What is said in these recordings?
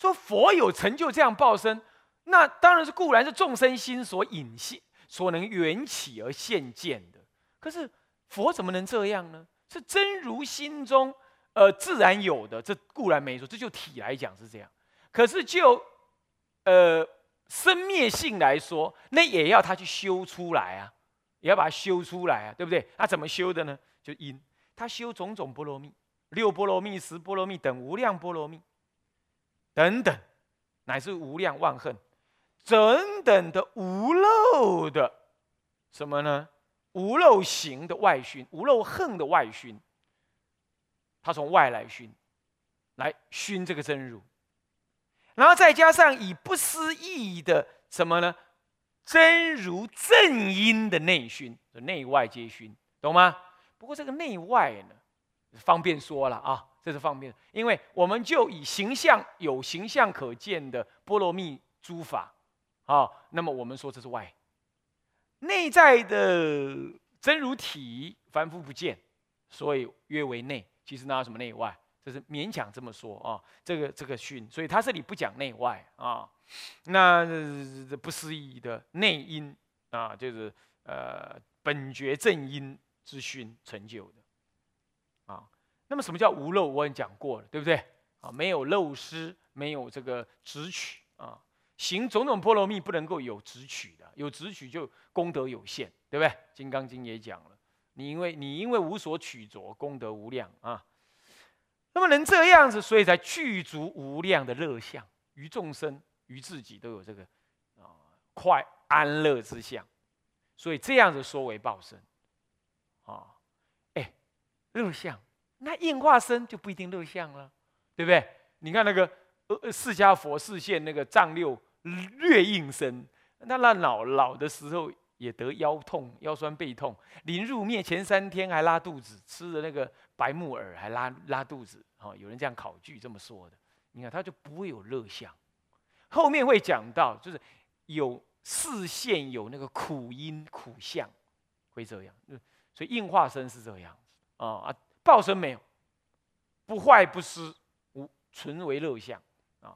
说佛有成就这样报身，那当然是固然是众生心所引现、所能缘起而现见的。可是佛怎么能这样呢？是真如心中自然有的，这固然没错，这就体来讲是这样。可是就生灭性来说，那也要他去修出来啊，也要把它修出来啊，对不对？他怎么修的呢？就因他修种种波罗蜜，6波罗蜜、10波罗蜜等无量波罗蜜等等，乃至无量万恨，等等的无漏的什么呢？无漏行的外熏，无漏恨的外熏，他从外来熏，来熏这个真如。然后再加上以不思议的什么呢？真如正因的内熏，内外皆熏，懂吗？不过这个内外呢，方便说了啊，这是方便，因为我们就以形象有形象可见的波罗蜜诸法，啊，那么我们说这是外，内在的真如体凡夫不见，所以约为内。其实哪有什么内外？这是勉强这么说啊，这个训，所以他这里不讲内外啊，那不思议的内因啊，就是本觉正因之训成就的啊。那么什么叫无漏？我已经讲过了，对不对啊？没有漏失，没有这个执取啊，行种种波罗蜜不能够有执取的，有执取就功德有限，对不对？《金刚经》也讲了，你因为无所取着，功德无量啊。那么能这样子，所以才具足无量的乐相，于众生于自己都有这个快安乐之相，所以这样子说为报身啊。乐相，那应化身就不一定乐相了，对不对？你看那个释迦佛示现那个丈六略应身，那老的时候也得腰痛、腰酸背痛，临入灭前3天还拉肚子，吃的那个白木耳还拉肚子，有人这样考据这么说的。你看他就不会有乐相，后面会讲到，就是有视线有那个苦因苦相，会这样。所以应化身是这样子报身没有，不坏不失，纯为乐相啊。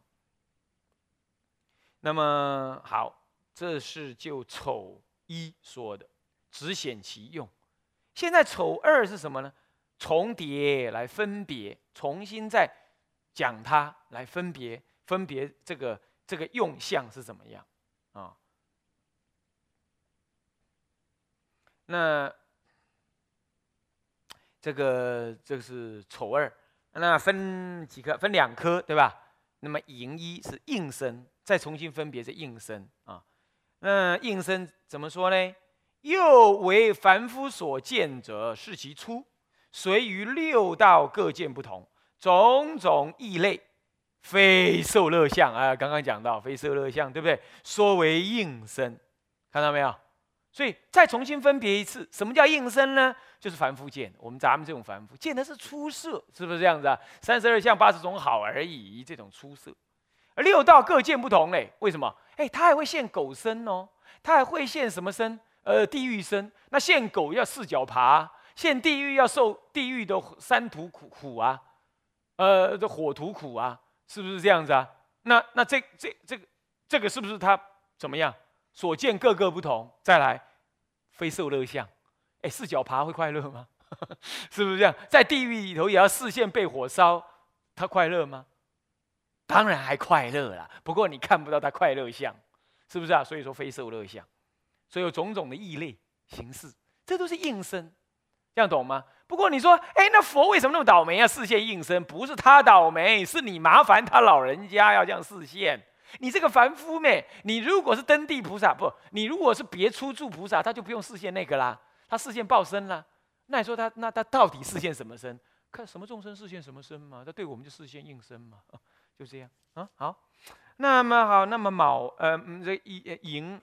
那么好，这是就丑一说的，只显其用。现在丑2是什么呢？重叠来分别，重新再讲它，来分别这个用相是怎么样啊？那这是丑2，那分几颗？分2颗，对吧？那么寅一是应身，再重新分别这应身啊。那应身怎么说呢？又为凡夫所见者，是其初，随于6道各见不同，种种异类，非受乐相啊。刚刚讲到非受乐相，对不对？说为应身，看到没有？所以再重新分别一次，什么叫应身呢？就是凡夫见，咱们这种凡夫见的是出色，是不是这样子啊？32相80种好而已，这种出色。而6道各见不同嘞，为什么？他还会现狗身哦，他还会现什么身？地狱身。那现狗要4脚爬，现地狱要受地狱的3途苦啊，的火途苦啊，是不是这样子啊？那这个是不是他怎么样？所见各个不同，再来非受乐相。4脚爬会快乐吗？是不是这样？在地狱里头也要视线被火烧，他快乐吗？当然还快乐啦，不过你看不到他快乐相，是不是啊？所以说非受乐相，所以有种种的异类形式，这都是应身，这样懂吗？不过你说，那佛为什么那么倒霉啊？视线应身，不是他倒霉，是你麻烦他老人家要这样视线。你这个凡夫咩？你如果是登地菩萨，不，你如果是别出住菩萨，他就不用视线那个啦，他视线报身啦。那你说他到底视线什么身？看什么众生视线什么身嘛？他对我们就视线应身嘛，就这样啊。好，那么好，那么这寅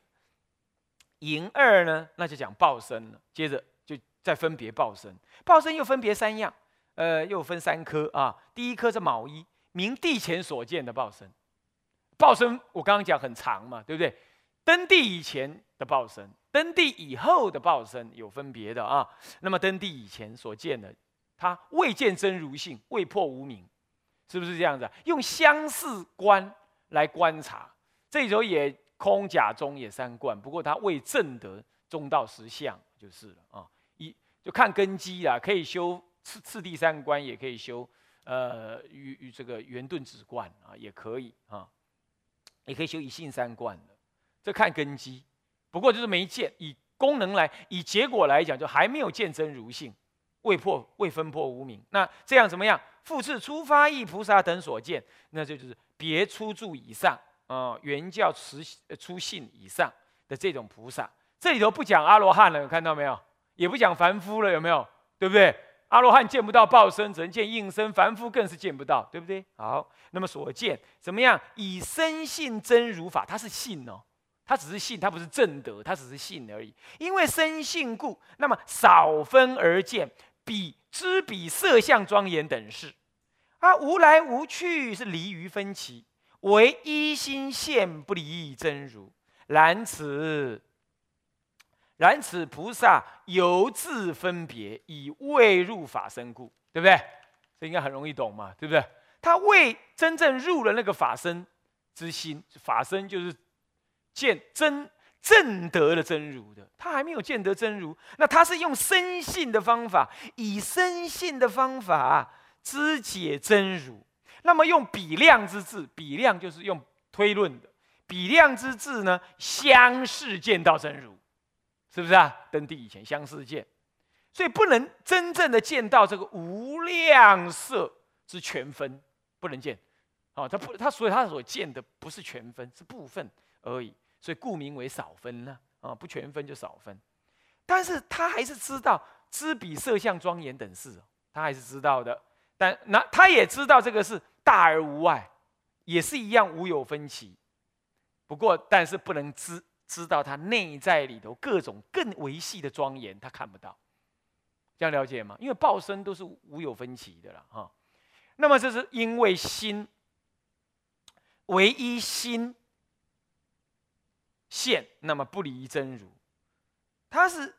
2呢，那就讲报身了。接着就再分别报身，报身又分别3样，又分3颗啊。第一颗是卯一，明地前所见的报身。报身我刚刚讲很长嘛，对不对？登地以前的报身，登地以后的报身有分别的啊。那么登地以前所见的，他未见真如性，未破无明， 是不是这样子啊？用相似观来观察，这里头也空假中也三观，不过它未证得中道实相就是了啊。就看根基啦，可以修次第三观，也可以修与这个圆顿止观啊，也可以啊，也可以修一性三观的，这看根基。不过就是没见，以功能来，以结果来讲，就还没有见真如性，未分破无明。那这样怎么样？复次初发意菩萨等所见，那就是别初住以上原教初信以上的这种菩萨。这里头不讲阿罗汉了，有看到没有？也不讲凡夫了，有没有？对不对？阿罗汉见不到报身，只能见应身；凡夫更是见不到，对不对？好，那么所见怎么样？以深信真如法，他是信哦，他只是信，他不是正德，他只是信而已。因为深信故，那么少分而见，知彼色相庄严等事，无来无去是离于分歧，唯一心现不离真如。然此菩萨犹自分别，以未入法身故，对不对？这应该很容易懂嘛，对不对？他未真正入了那个法身之心，法身就是见正得了真如的，他还没有见得真如，那他是用深信的方法，以深信的方法知解真如。那么用比量之智，比量就是用推论的，比量之智呢，相似见到真如。是不是啊？登地以前相似见，所以不能真正的见到这个无量色之全分，不能见。所以他所见的不是全分，是部分而已，所以故名为少分呢。不全分就少分，但是他还是知道知彼色相庄严等事，他还是知道的。他也知道这个是大而无外，也是一样无有分歧。不过，但是不能知道他内在里头各种更维系的庄严，他看不到，这样了解吗？因为报身都是无有分歧的了哈。那么这是因为心唯一心现，那么不离真如，他是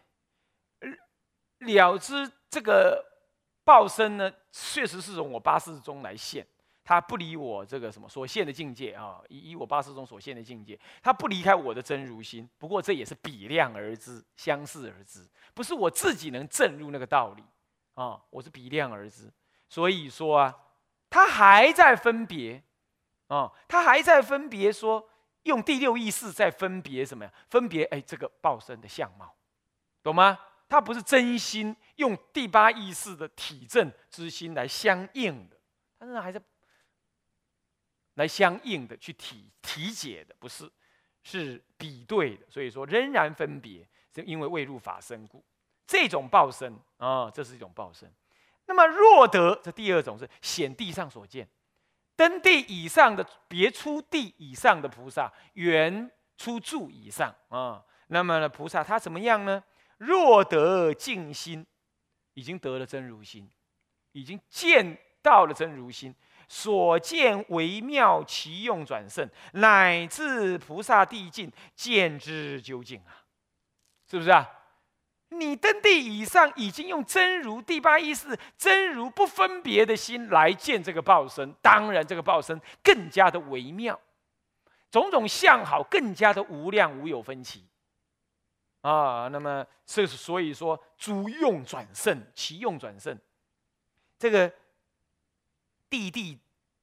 了知这个报身呢，确实是从我八识中来现。他不离我这个什么所现的境界啊，以我八识中所现的境界，他不离开我的真如心。不过这也是比量而知，相似而知，不是我自己能证入那个道理啊，我是比量而知。所以说啊，他还在分别他还在分别说，用第六意识在分别什么呀？分别这个报身的相貌，懂吗？他不是真心用第八意识的体证之心来相应的，但是还是来相应的去体解的，不是，是比对的。所以说仍然分别，是因为未入法身故。这种报身这是一种报身。那么若得，这第二种是显地上所见，登地以上的别出地以上的菩萨，原出住以上那么呢，菩萨他怎么样呢？若得净心，已经得了真如心，已经见到了真如心。所见微妙其用转胜，乃至菩萨地境见之究竟啊，是不是啊？你登地以上已经用真如第八意识真如不分别的心来见这个报身，当然这个报身更加的微妙，种种相好更加的无量无有分歧那么所以说诸用转胜，其用转胜，这个地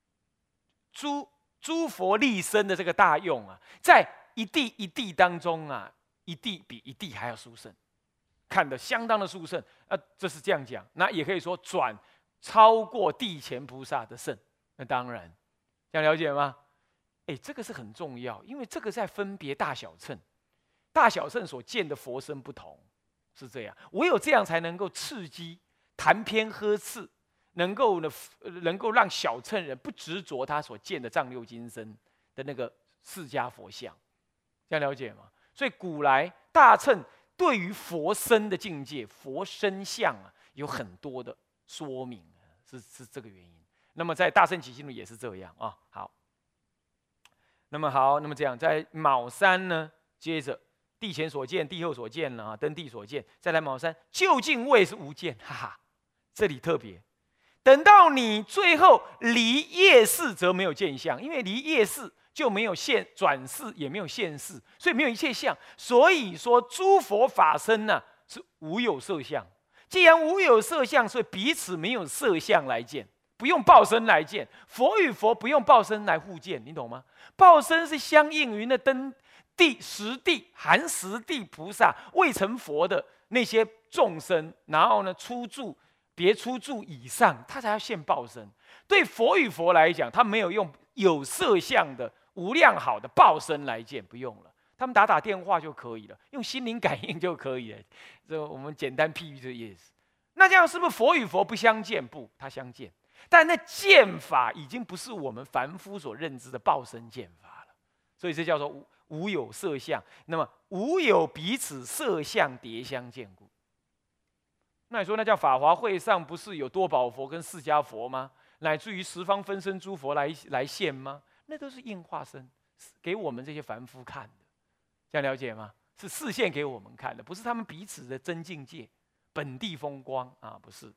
诸佛立身的这个大用在一地一地当中一地比一地还要殊胜，看得相当的殊胜这是这样讲。那也可以说超过地前菩萨的胜，那当然，这样了解吗？这个是很重要，因为这个在分别大小乘，大小乘所见的佛身不同，是这样。唯有这样才能够刺激谈偏呵斥。能够让小乘人不执着他所见的藏六金身的那个释迦佛像，这样了解吗？所以古来大乘对于佛身的境界、佛身相有很多的说明，是这个原因。那么在大乘起信论也是这样好，那么这样在卯三呢，接着地前所见、地后所见登地所见，再来卯三究竟位是无见，这里特别。 等到你最后离业事，则没有见相，因为离业事就没有现转世，也没有现世，所以没有一切相。所以说，诸佛法身呢、是无有色相。既然无有色相，所以彼此没有色相来见，不用报身来见。佛与佛不用报身来互见，你懂吗？报身是相应于那登地、实地、含实地菩萨未成佛的那些众生，然后呢出住别出住以上，他才要现报身。对佛与佛来讲，他没有用有色相的无量好的报身来见，不用了。他们打电话就可以了，用心灵感应就可以了。这我们简单譬喻这意思。那这样是不是佛与佛不相见？不，它相见，但那见法已经不是我们凡夫所认知的报身见法了。所以这叫做无有色相。那么无有彼此色相迭相见故。那你说那叫法华会上不是有多宝佛跟释迦佛吗？乃至于十方分身诸佛来现吗？那都是应化身，给我们这些凡夫看的。这样了解吗？是示现给我们看的，不是他们彼此的真境界、本地风光啊，不是。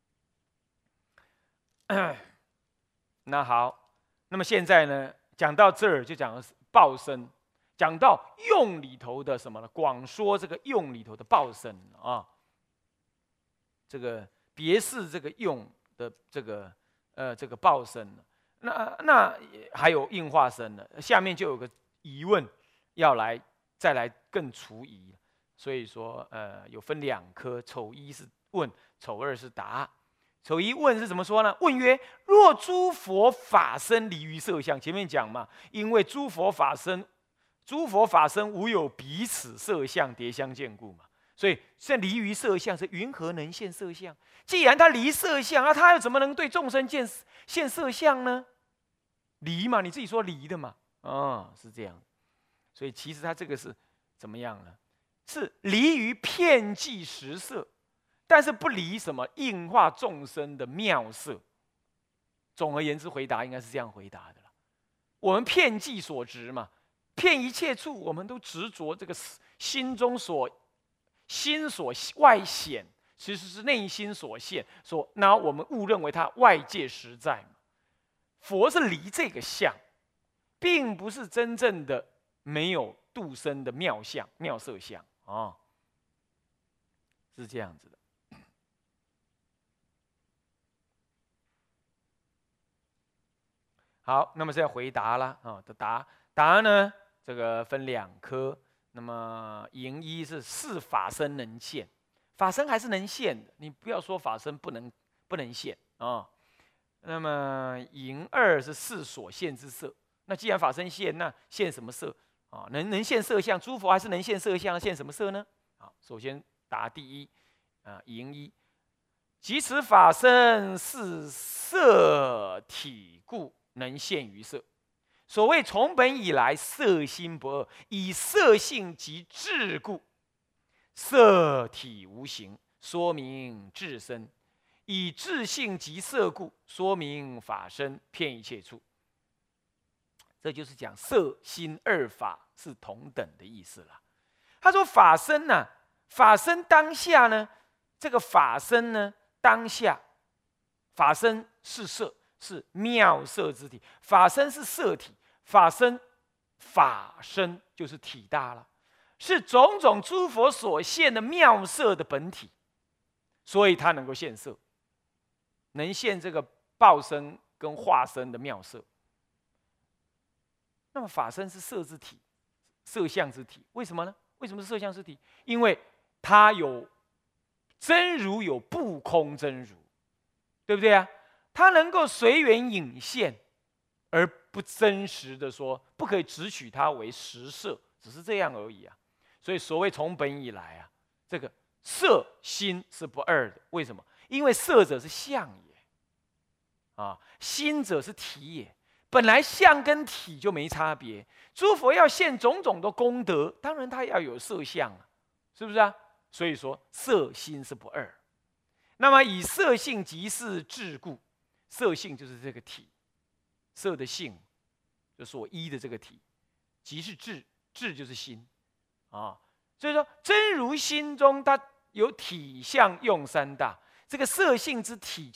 那好，那么现在呢，讲到这儿就讲的是报身，讲到用里头的什么呢？广说这个用里头的报身啊，这个别是这个用的这个报身，那还有应化身呢。下面就有个疑问要再来更除疑，所以说有分两科，丑一是问，丑二是答。丑一问是怎么说呢？问曰：若诸佛法身离于色相，前面讲嘛，因为诸佛法身无有彼此色相迭相见故嘛，所以现离于色相是云何能现色相？既然他离色相，那他又怎么能对众生现色相呢？离嘛，你自己说离的嘛，是这样。所以其实他这个是怎么样呢？是离于遍计实色，但是不离什么应化众生的妙色。总而言之，回答应该是这样回答的了。我们遍计所执嘛，遍一切处，我们都执着这个心所外显，其实是内心所现，然后我们误认为它外界实在嘛。佛是离这个相，并不是真正的没有度生的妙相、妙色相啊，是这样子的。好，那么现在回答了啊，答呢，这个分两科。那么营一是法身能现，法身还是能现的，你不要说法身不能现啊。那么营二是所现之色，那既然法身现，那现什么色啊？能现色相，诸佛还是能现色相，现什么色呢？好，首先答第一营一，即此法身是色体故，能现于色。所谓从本以来色心不二，以色性即智故，色体无形，说明智身；以智性即色故，说明法身遍一切处。这就是讲色心二法是同等的意思了。他说法身呢、法身当下呢，这个法身呢，当下法身是色，是妙色之体，法身是色体。法身就是体大了，是种种诸佛所现的妙色的本体，所以它能够现色，能现这个报身跟化身的妙色。那么法身是色之体，色相之体，为什么呢？为什么是色相之体？因为它有真如，有不空真如，对不对啊？它能够随缘引现，而不真实的说，不可以只取它为实色，只是这样而已啊。所以所谓从本以来啊，这个色心是不二的。为什么？因为色者是相也，心者是体也。本来相跟体就没差别。诸佛要现种种的功德，当然他要有色相啊，是不是啊？所以说色心是不二。那么以色性即是智故，色性就是这个体。色的性，就所依的这个体，即是智，智就是心，所以说真如心中它有体相用三大，这个色性之体就是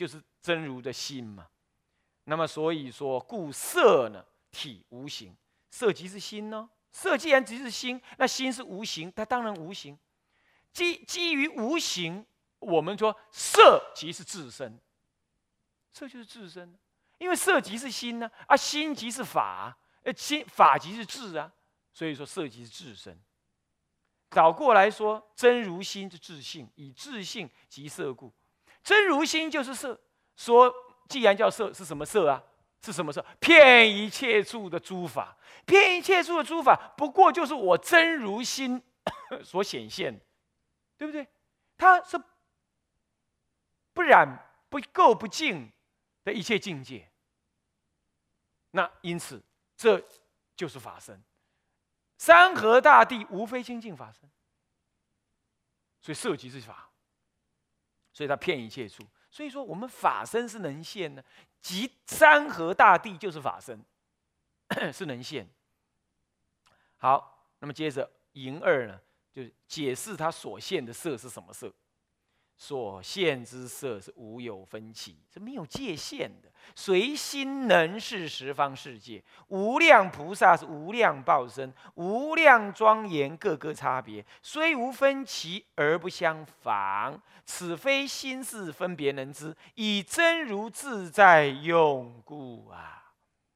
真如的心嘛。那么所以说，故色呢体无形，色即是心呢、色既然即是心，那心是无形，它当然无形。基于无形，我们说色即是自身，色就是自身，因为色即是心呢、心即是法，法即是智啊，所以说色即是自身。倒过来说，真如心是自性，以自性即色故，真如心就是色。说既然叫色，是什么色啊？是什么色？遍一切处的诸法，遍一切处的诸法，不过就是我真如心所显现的，对不对？它是不染、不垢、不净的一切境界。那因此，这就是法身。山河大地无非清净法身，所以色即是法，所以它遍一切处。所以说，我们法身是能现的，即山河大地就是法身，是能现。好，那么接着寅二呢，就是解释它所现的色是什么色。所现之色是无有分歧，是没有界限的，随心能视十方世界。无量菩萨是无量报身，无量庄严，各个差别，虽无分歧而不相妨。此非心事分别能知，以真如自在用故啊。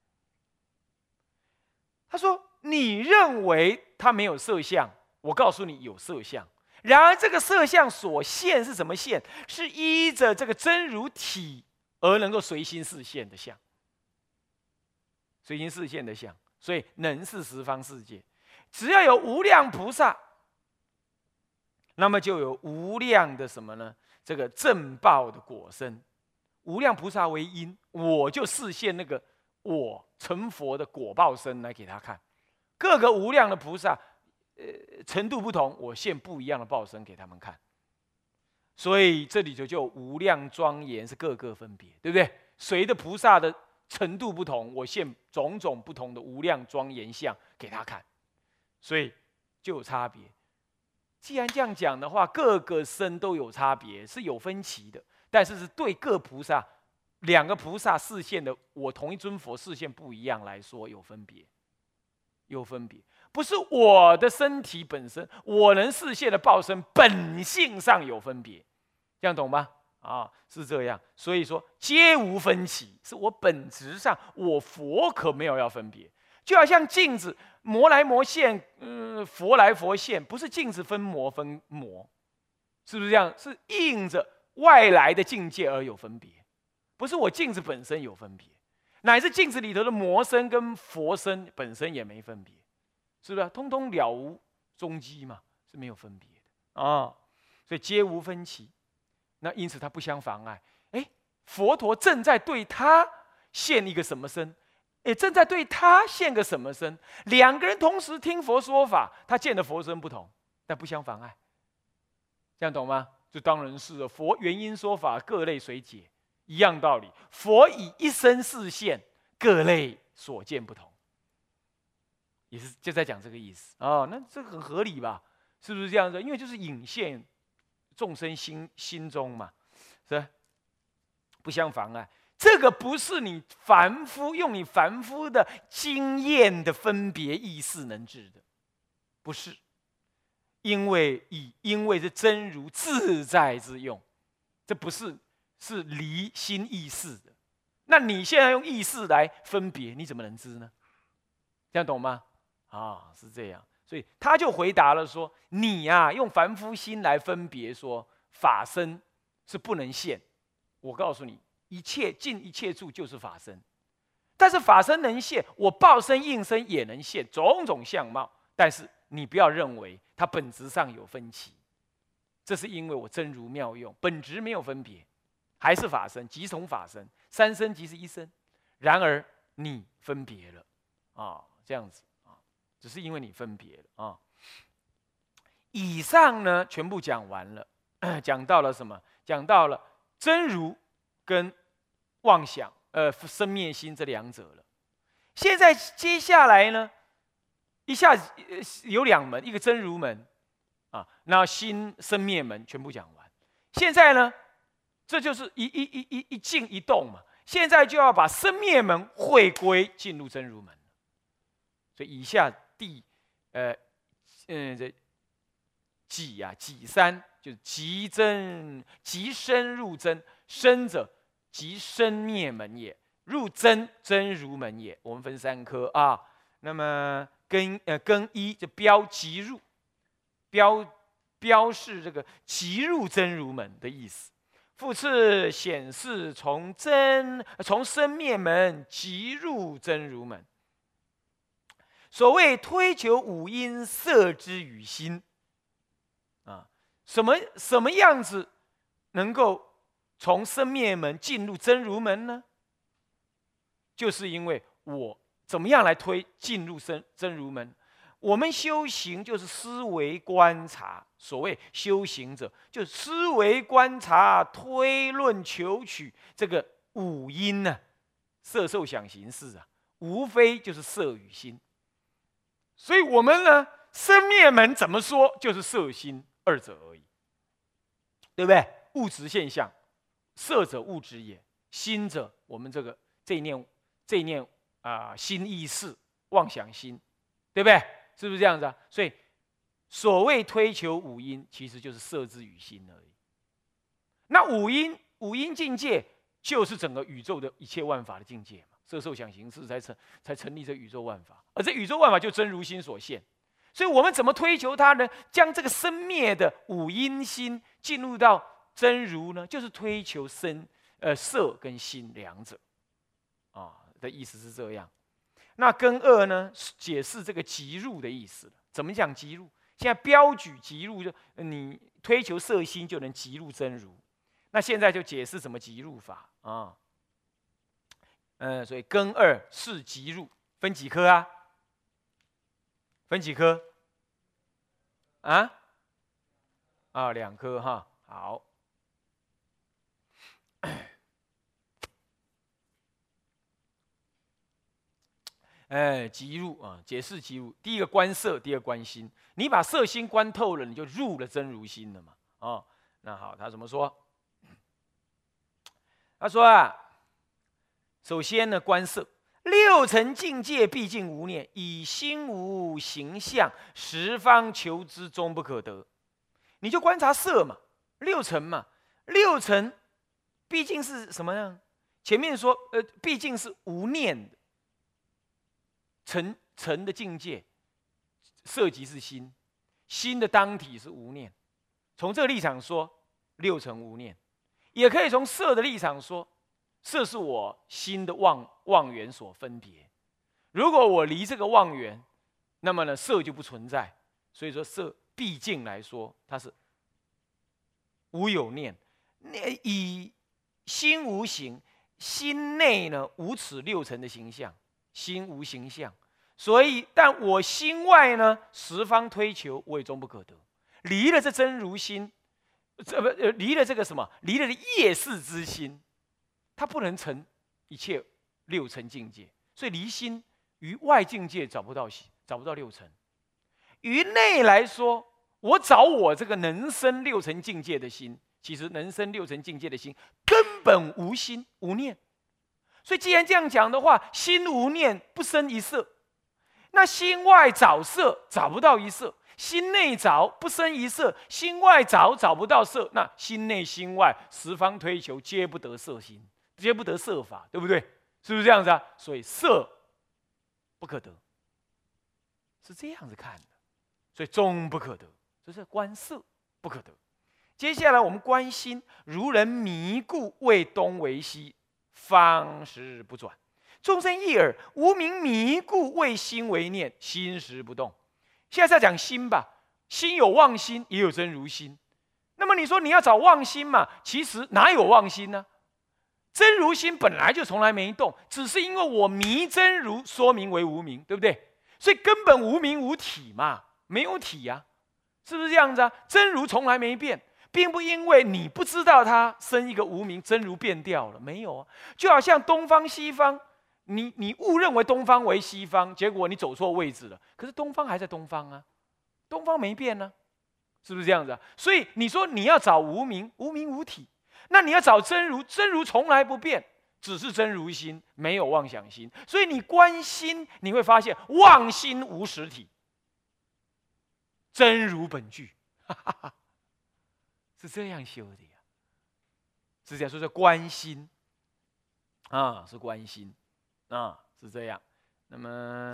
他说：“你认为他没有色相，我告诉你有色相。然而这个色相所现是什么现？是依着这个真如体而能够随心示现的相，随心示现的相。所以能是十方世界。只要有无量菩萨，那么就有无量的什么呢？这个正报的果身。无量菩萨为因，我就示现那个我成佛的果报身来给他看。各个无量的菩萨。”程度不同，我现不一样的报身给他们看，所以这里就无量庄严是各个分别，对不对？随着菩萨的程度不同，我现种种不同的无量庄严相给他看，所以就有差别。既然这样讲的话，各个身都有差别，是有分歧的，但是是对各菩萨两个菩萨示现的，我同一尊佛示现不一样来说有分别，有分别。不是我的身体本身，我能示现的报身本性上有分别，这样懂吗？是这样。所以说皆无分歧，是我本质上，我佛可没有要分别。就好像镜子磨来磨现，佛来佛现，不是镜子分磨，是不是这样？是应着外来的境界而有分别，不是我镜子本身有分别，乃至镜子里头的魔身跟佛身本身也没分别。是不是通通了无踪迹嘛？是没有分别的所以皆无分歧。那因此它不相妨碍。佛陀正在对他现一个什么身，也正在对他现个什么身。两个人同时听佛说法，他见的佛身不同，但不相妨碍。这样懂吗？就当然是了。佛原因说法，各类随解，一样道理。佛以一身示现，各类所见不同。也是就在讲这个意思那这个很合理吧？是不是这样子？因为就是隐现众生心中嘛，是吧？不相妨碍。这个不是你凡夫用你凡夫的经验的分别意识能治的，不是。因为是真如自在之用，这不是离心意识的。那你现在用意识来分别，你怎么能知呢？这样懂吗？是这样，所以他就回答了说：“你用凡夫心来分别说法身是不能现。我告诉你，尽一切处就是法身，但是法身能现，我报身应身也能现种种相貌。但是你不要认为它本质上有分歧，这是因为我真如妙用，本质没有分别，还是法身，即从法身，三身即是一身。然而你分别了这样子。”只是因为你分别了以上呢，全部讲完了，讲到了什么？讲到了真如跟妄想，生灭心这两者了。现在接下来呢，一下子有两门，一个真如门那心生灭门全部讲完。现在呢， 这就是一静一动嘛。现在就要把生灭门回归进入真如门。所以以下这己三就是即真即深入真，深者即生灭门也，入真如门也。我们分3科啊。那么庚一就标即入，标示这个即入真如门的意思。复次显示从生灭门即入真如门。所谓推求五阴摄之于心啊，什么样子能够从生灭门进入真如门呢？就是因为我怎么样来推进入真如门？我们修行就是思维观察，所谓修行者，就思维观察、推论求取这个五阴呢、色受想行识啊，无非就是色与心。所以我们呢，生灭门怎么说，就是色心二者而已，对不对？物质现象，色者物质也，心者我们这一念心意识妄想心，对不对？是不是这样子啊？所以所谓推求五阴，其实就是色之与心而已。那五阴境界就是整个宇宙的一切万法的境界嘛，色受想行识才成立这宇宙万法，而这宇宙万法就真如心所现。所以我们怎么推求它呢？将这个生灭的五阴心进入到真如呢？就是推求色跟心两者啊的意思是这样。那庚二呢，解释这个即入的意思了。怎么讲即入？现在标举即入，就你推求色心就能即入真如。那现在就解释怎么即入法啊。所以庚二是即入，分几科啊？分几科？啊，2科哈。好。即入啊，解释即入。第一个观色，第二观心。你把色心观透了，你就入了真如心了嘛。哦，那好，他怎么说？他说啊，首先呢，观色，6尘境界毕竟无念，以心无形象，十方求之终不可得。你就观察色嘛，6尘嘛，6尘毕竟是什么呢？前面说，毕竟是无念的。尘的境界，色即是心，心的当体是无念。从这个立场说，6尘无念，也可以从色的立场说，色是我心的妄缘所分别。如果我离这个妄缘，那么呢，色就不存在。所以说，色毕竟来说，它是无有念，以心无形，心内呢无此6尘的形象。心无形象，所以但我心外呢，十方推求，我也终不可得。离了这真如心，离了这个什么？离了业识之心，它不能成一切6尘境界。所以离心于外境界找不到6尘。于内来说，我找我这个能生6尘境界的心，其实能生6尘境界的心根本无心无念。所以既然这样讲的话，心无念不生一色，那心外找色找不到一色，心内找不生一色，心外找不到色，那心内心外十方推求皆不得色心，皆不得色法，对不对？是不是这样子啊？所以色不可得，是这样子看的，所以终不可得，这是观色不可得。接下来我们观心，如人迷故为东为西，方时不转，众生一耳，无明迷故为心为念，心时不动。现在在讲心吧，心有妄心，也有真如心。那么你说你要找妄心嘛？其实哪有妄心呢？真如心本来就从来没动，只是因为我迷真如，说明为无明，对不对？所以根本无明无体嘛，没有体啊，是不是这样子啊？真如从来没变。并不因为你不知道它生一个无明，真如变掉了，没有啊。就好像东方西方，你误认为东方为西方，结果你走错位置了。可是东方还在东方啊，东方没变呢，是不是这样子啊？所以你说你要找无明，无明无体， 那你要找真如，真如从来不变，只是真如心，没有妄想心。所以你观心，你会发现妄心无实体，真如本具，是这样修的呀。是这样说叫观心啊，是观心啊，是这样。那么，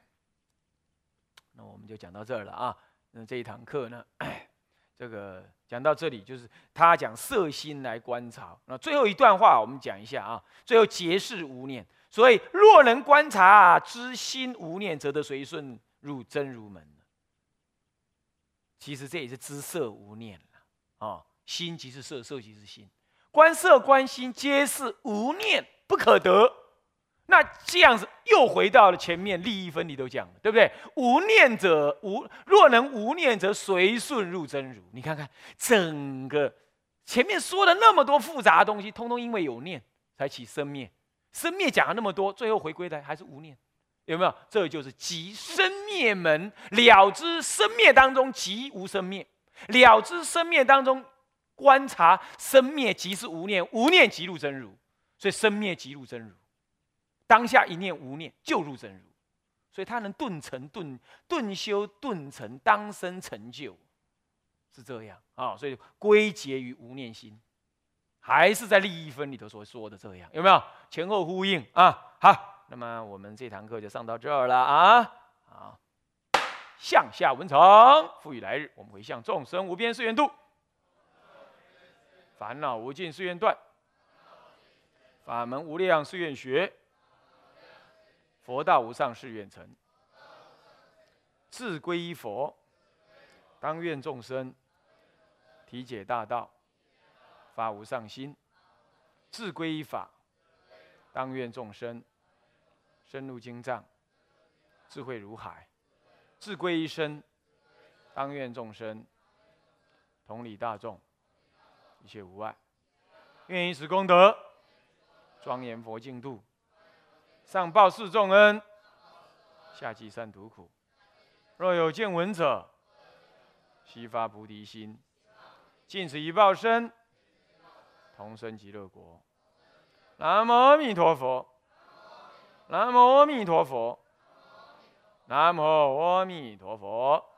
那我们就讲到这儿了啊。那这一堂课呢，这个讲到这里，就是他讲色心来观察。那最后一段话，我们讲一下啊。最后结是无念，所以若能观察知心无念，则得随顺入真如门。其实这也是知色无念了啊。心即是色，色即是心。观色观心皆是无念不可得。那这样子又回到了前面利益分离都讲了，对不对？无念者若能无念，则随顺入真如。你看看整个前面说了那么多复杂的东西，通通因为有念才起生灭。生灭讲了那么多，最后回归来还是无念，有没有？这就是即生灭门，了知生灭当中即无生灭，了知生灭当中观察生灭即是无念，无念即入真如，所以生灭即入真如。当下一念无念就入真如，所以他能顿成顿修顿成，当生成就，是这样啊。所以归结于无念心，还是在利益分里头所说的这样，有没有前后呼应啊？好，那么我们这堂课就上到这儿了啊。好，向下文长，复以来日，我们回向众生无边誓愿度，烦恼无尽誓愿断，法门无量誓愿学。佛道无上誓愿成，自归依佛，当愿众生体解大道，发无上心；自归依法，当愿众生深入经藏，智慧如海；自归依身，当愿众生同理大众，一切无碍。愿以此功德，庄严佛净土。上报四重恩，下济三途苦。若有见闻者，悉发菩提心，尽此一报身，同生极乐国。南无阿弥陀佛，南无阿弥陀佛，南无阿弥陀佛。